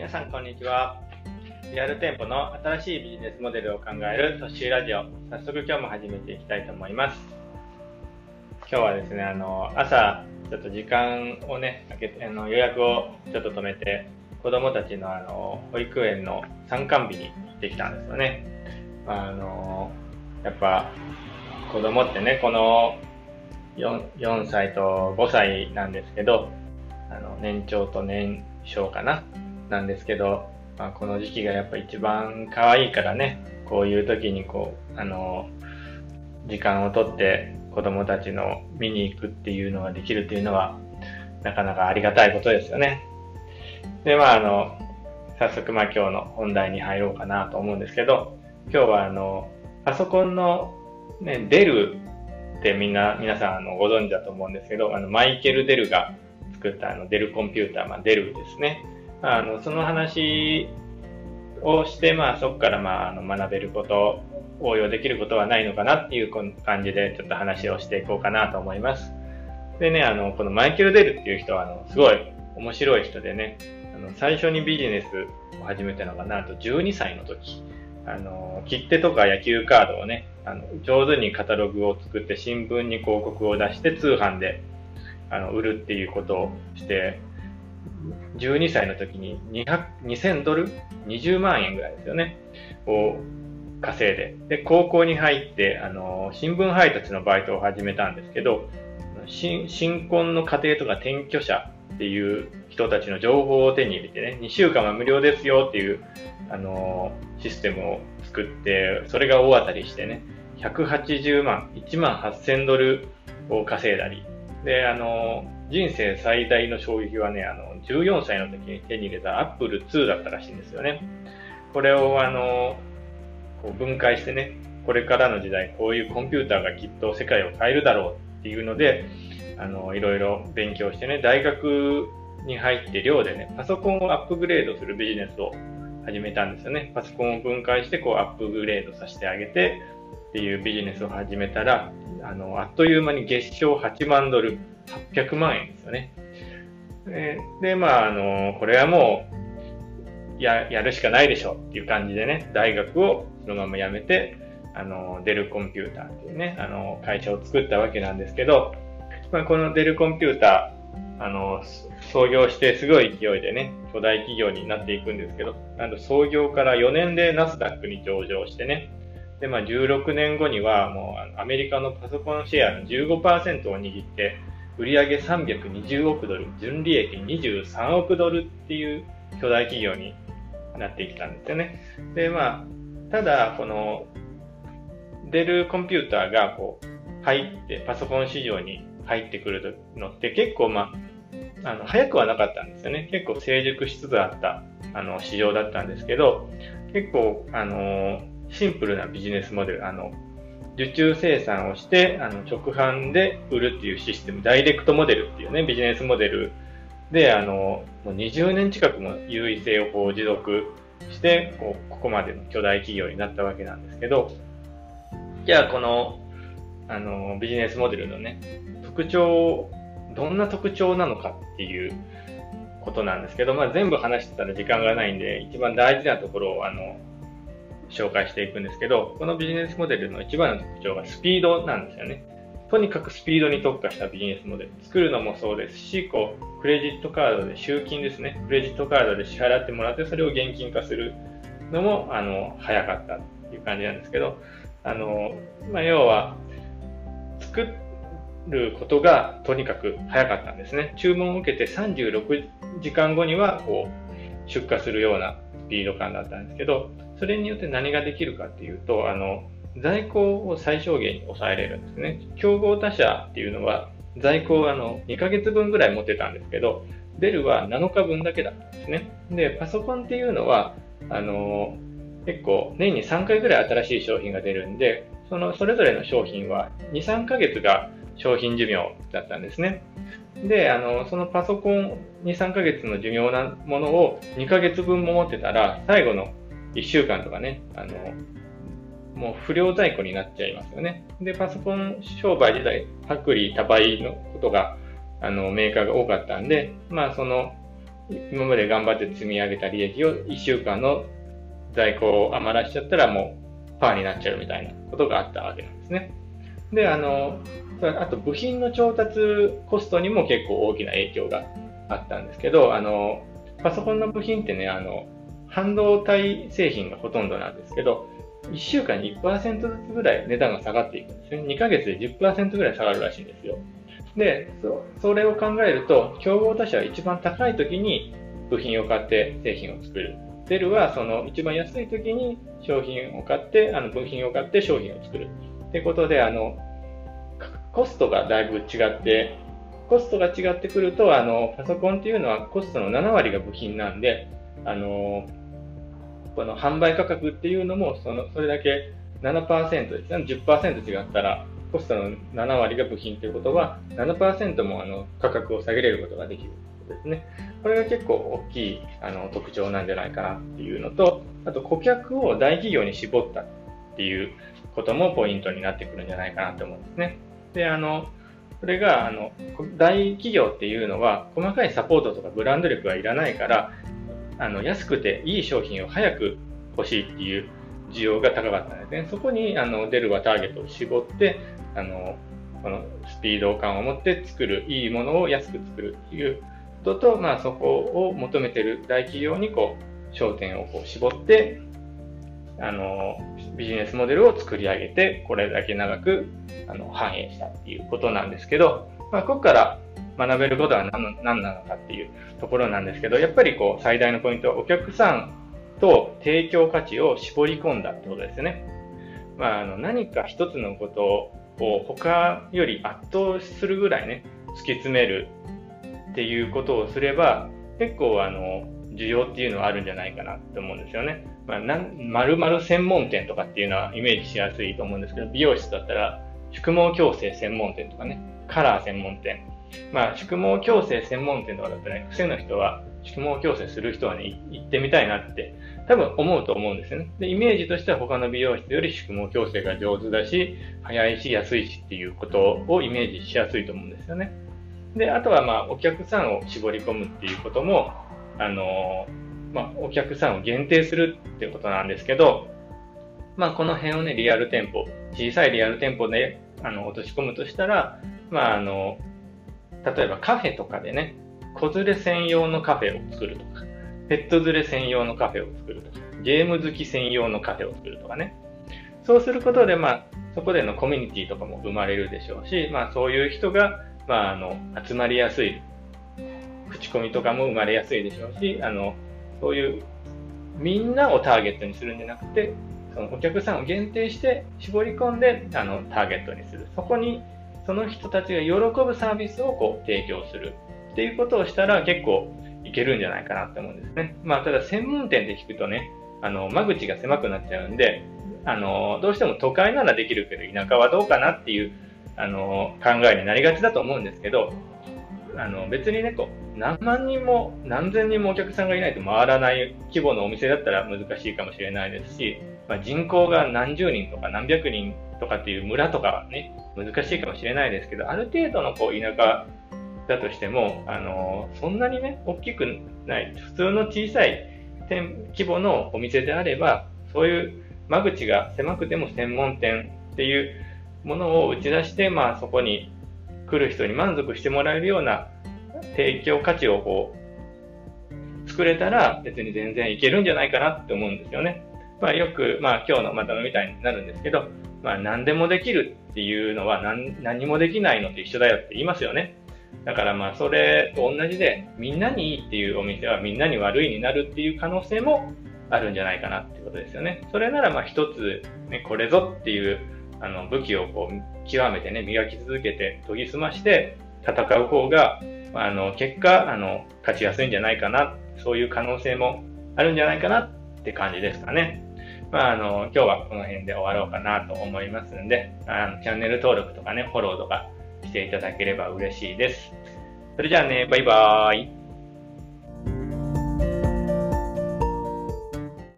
皆さんこんにちは。リアル店舗の新しいビジネスモデルを考えるトッシーラジオ、早速今日も始めていきたいと思います。今日はですね、朝ちょっと時間をね空けて予約をちょっと止めて、子供たちの保育園の参観日に行ってきたんですよね。やっぱ子供ってね、この 4歳と5歳なんですけど、年長と年少かななんですけど、この時期がやっぱ一番可愛いからね、こういう時に時間をとって子供たちの見に行くっていうのができるっていうのはなかなかありがたいことですよね。で、早速今日の本題に入ろうかなと思うんですけど、今日はパソコンのね、デルって皆さんご存知だと思うんですけど、マイケル・デルが作ったデルコンピューター、デルですね。その話をして、そこから学べること、応用できることはないのかなっていう感じでちょっと話をしていこうかなと思います。でね、このマイケル・デルっていう人はすごい面白い人でね、最初にビジネスを始めたのがなんと12歳の時、切手とか野球カードをね、上手にカタログを作って新聞に広告を出して通販で売るっていうことをして、12歳の時に2000ドル ?20 万円ぐらいですよね。を稼いで。で、高校に入って、新聞配達のバイトを始めたんですけど、新婚の家庭とか転居者っていう人たちの情報を手に入れてね、2週間は無料ですよっていう、システムを作って、それが大当たりしてね、180万、1万8000ドルを稼いだり、で、人生最大の衝撃はね、14歳の時に手に入れた Apple II だったらしいんですよね。これをこう分解してね、これからの時代、こういうコンピューターがきっと世界を変えるだろうっていうので、いろいろ勉強してね、大学に入って寮でね、パソコンをアップグレードするビジネスを始めたんですよね。パソコンを分解してアップグレードさせてあげてっていうビジネスを始めたら、あっという間に月賞8万ドル、800万円ですよね。で、これはもうやるしかないでしょっていう感じでね、大学をそのまま辞めて、デルコンピューターっていうね、会社を作ったわけなんですけど、このデルコンピューター、創業してすごい勢いでね、巨大企業になっていくんですけど、なんと創業から4年でナスダックに上場してね、で、16年後にはもうアメリカのパソコンシェアの 15% を握って、売上320億ドル、純利益23億ドルっていう巨大企業になってきたんですよね。で、ただ、このデルコンピューターが入って、パソコン市場に入ってくるのって結構早くはなかったんですよね。結構成熟しつつあった市場だったんですけど、結構シンプルなビジネスモデル、受注生産をして直販で売るっていうシステム、ダイレクトモデルっていうね、ビジネスモデルでもう20年近くも優位性を持続してここまでの巨大企業になったわけなんですけど、じゃあこのビジネスモデルのね、特徴、どんな特徴なのかっていうことなんですけど、全部話してたら時間がないんで、一番大事なところを紹介していくんですけど、このビジネスモデルの一番の特徴がスピードなんですよね。とにかくスピードに特化したビジネスモデル。作るのもそうですし、クレジットカードで集金ですね。クレジットカードで支払ってもらって、それを現金化するのも、早かったっていう感じなんですけど、要は、作ることがとにかく早かったんですね。注文を受けて36時間後には、出荷するようなスピード感だったんですけど、それによって何ができるかっていうと、在庫を最小限に抑えれるんですね。競合他社っていうのは在庫を2ヶ月分ぐらい持ってたんですけど、デルは7日分だけだったんですね。で、パソコンっていうのは、結構年に3回ぐらい新しい商品が出るんで、それぞれの商品は2、3ヶ月が商品寿命だったんですね。で、そのパソコン2、3ヶ月の寿命なものを2ヶ月分も持ってたら、最後の1週間とかね、もう不良在庫になっちゃいますよね。で、パソコン商売自体、薄利多売のことが、メーカーが多かったんで、 今まで頑張って積み上げた利益を1週間の在庫を余らしちゃったらもうパーになっちゃうみたいなことがあったわけなんですね。で、あと部品の調達コストにも結構大きな影響があったんですけど、パソコンの部品ってね、半導体製品がほとんどなんですけど、1週間に 1% ずつぐらい値段が下がっていくんですね。2ヶ月で 10% ぐらい下がるらしいんですよ。で、それを考えると、競合他社は一番高い時に部品を買って製品を作る。デルはその一番安い時に商品を買って、部品を買って商品を作る。ってことで、コストがだいぶ違ってくると、パソコンっていうのはコストの7割が部品なんで、この販売価格っていうのもそれだけ 7% ですね。10% 違ったらコストの7割が部品ということは 7% も価格を下げれることができることですね。これが結構大きい特徴なんじゃないかなっていうのと、あと顧客を大企業に絞ったっていうこともポイントになってくるんじゃないかなと思うんですね。で、それが大企業っていうのは細かいサポートとかブランド力がいらないから、安くていい商品を早く欲しいっていう需要が高かったんですね。そこにデルはターゲットを絞ってこのスピード感を持って作る、いいものを安く作るっていうことと、そこを求めている大企業に焦点を絞ってビジネスモデルを作り上げて、これだけ長く反映したっていうことなんですけど、ここから学べることは何なのかっていうところなんですけど、やっぱり最大のポイントはお客さんと提供価値を絞り込んだってことですね。何か一つのことを他より圧倒するぐらいね、突き詰めるっていうことをすれば、結構需要っていうのはあるんじゃないかなって思うんですよね。〇〇専門店とかっていうのはイメージしやすいと思うんですけど、美容室だったら宿毛矯正専門店とかね、カラー専門店。宿毛矯正専門店とかだったらね、癖の人は宿毛矯正する人はね、行ってみたいなって多分思うと思うんですよね。で、イメージとしては他の美容室より宿毛矯正が上手だし、早いし安いしっていうことをイメージしやすいと思うんですよね。で、あとはお客さんを絞り込むっていうことも、お客さんを限定するっていうことなんですけど、この辺をね、リアル店舗、小さいリアル店舗で落とし込むとしたら、例えばカフェとかでね、子連れ専用のカフェを作るとか、ペット連れ専用のカフェを作るとか、ゲーム好き専用のカフェを作るとかね。そうすることで、そこでのコミュニティとかも生まれるでしょうし、そういう人が、集まりやすい、口コミとかも生まれやすいでしょうし、そういうみんなをターゲットにするんじゃなくて、そのお客さんを限定して絞り込んでターゲットにする。そこにその人たちが喜ぶサービスを提供するっていうことをしたら結構いけるんじゃないかなって思うんですね。ただ専門店で聞くとね、間口が狭くなっちゃうんで、どうしても都会ならできるけど田舎はどうかなっていう考えになりがちだと思うんですけど、別にね、何万人も何千人もお客さんがいないと回らない規模のお店だったら難しいかもしれないですし、人口が何十人とか何百人とかっていう村とかはね、難しいかもしれないですけど、ある程度の田舎だとしても、そんなにね、大きくない、普通の小さい規模のお店であれば、そういう間口が狭くても専門店っていうものを打ち出して、そこに来る人に満足してもらえるような提供価値を作れたら別に全然いけるんじゃないかなって思うんですよね。よく、今日のまたのみたいになるんですけど、何でもできるっていうのは何もできないのと一緒だよって言いますよね。だからそれと同じで、みんなにいいっていうお店はみんなに悪いになるっていう可能性もあるんじゃないかなっていうことですよね。それなら一つ、ね、これぞっていう武器を極めてね、磨き続けて研ぎ澄まして戦う方が、結果勝ちやすいんじゃないかな、そういう可能性もあるんじゃないかなって感じですかね。今日はこの辺で終わろうかなと思いますんで、チャンネル登録とかね、フォローとかしていただければ嬉しいです。それじゃあね、バイバーイ。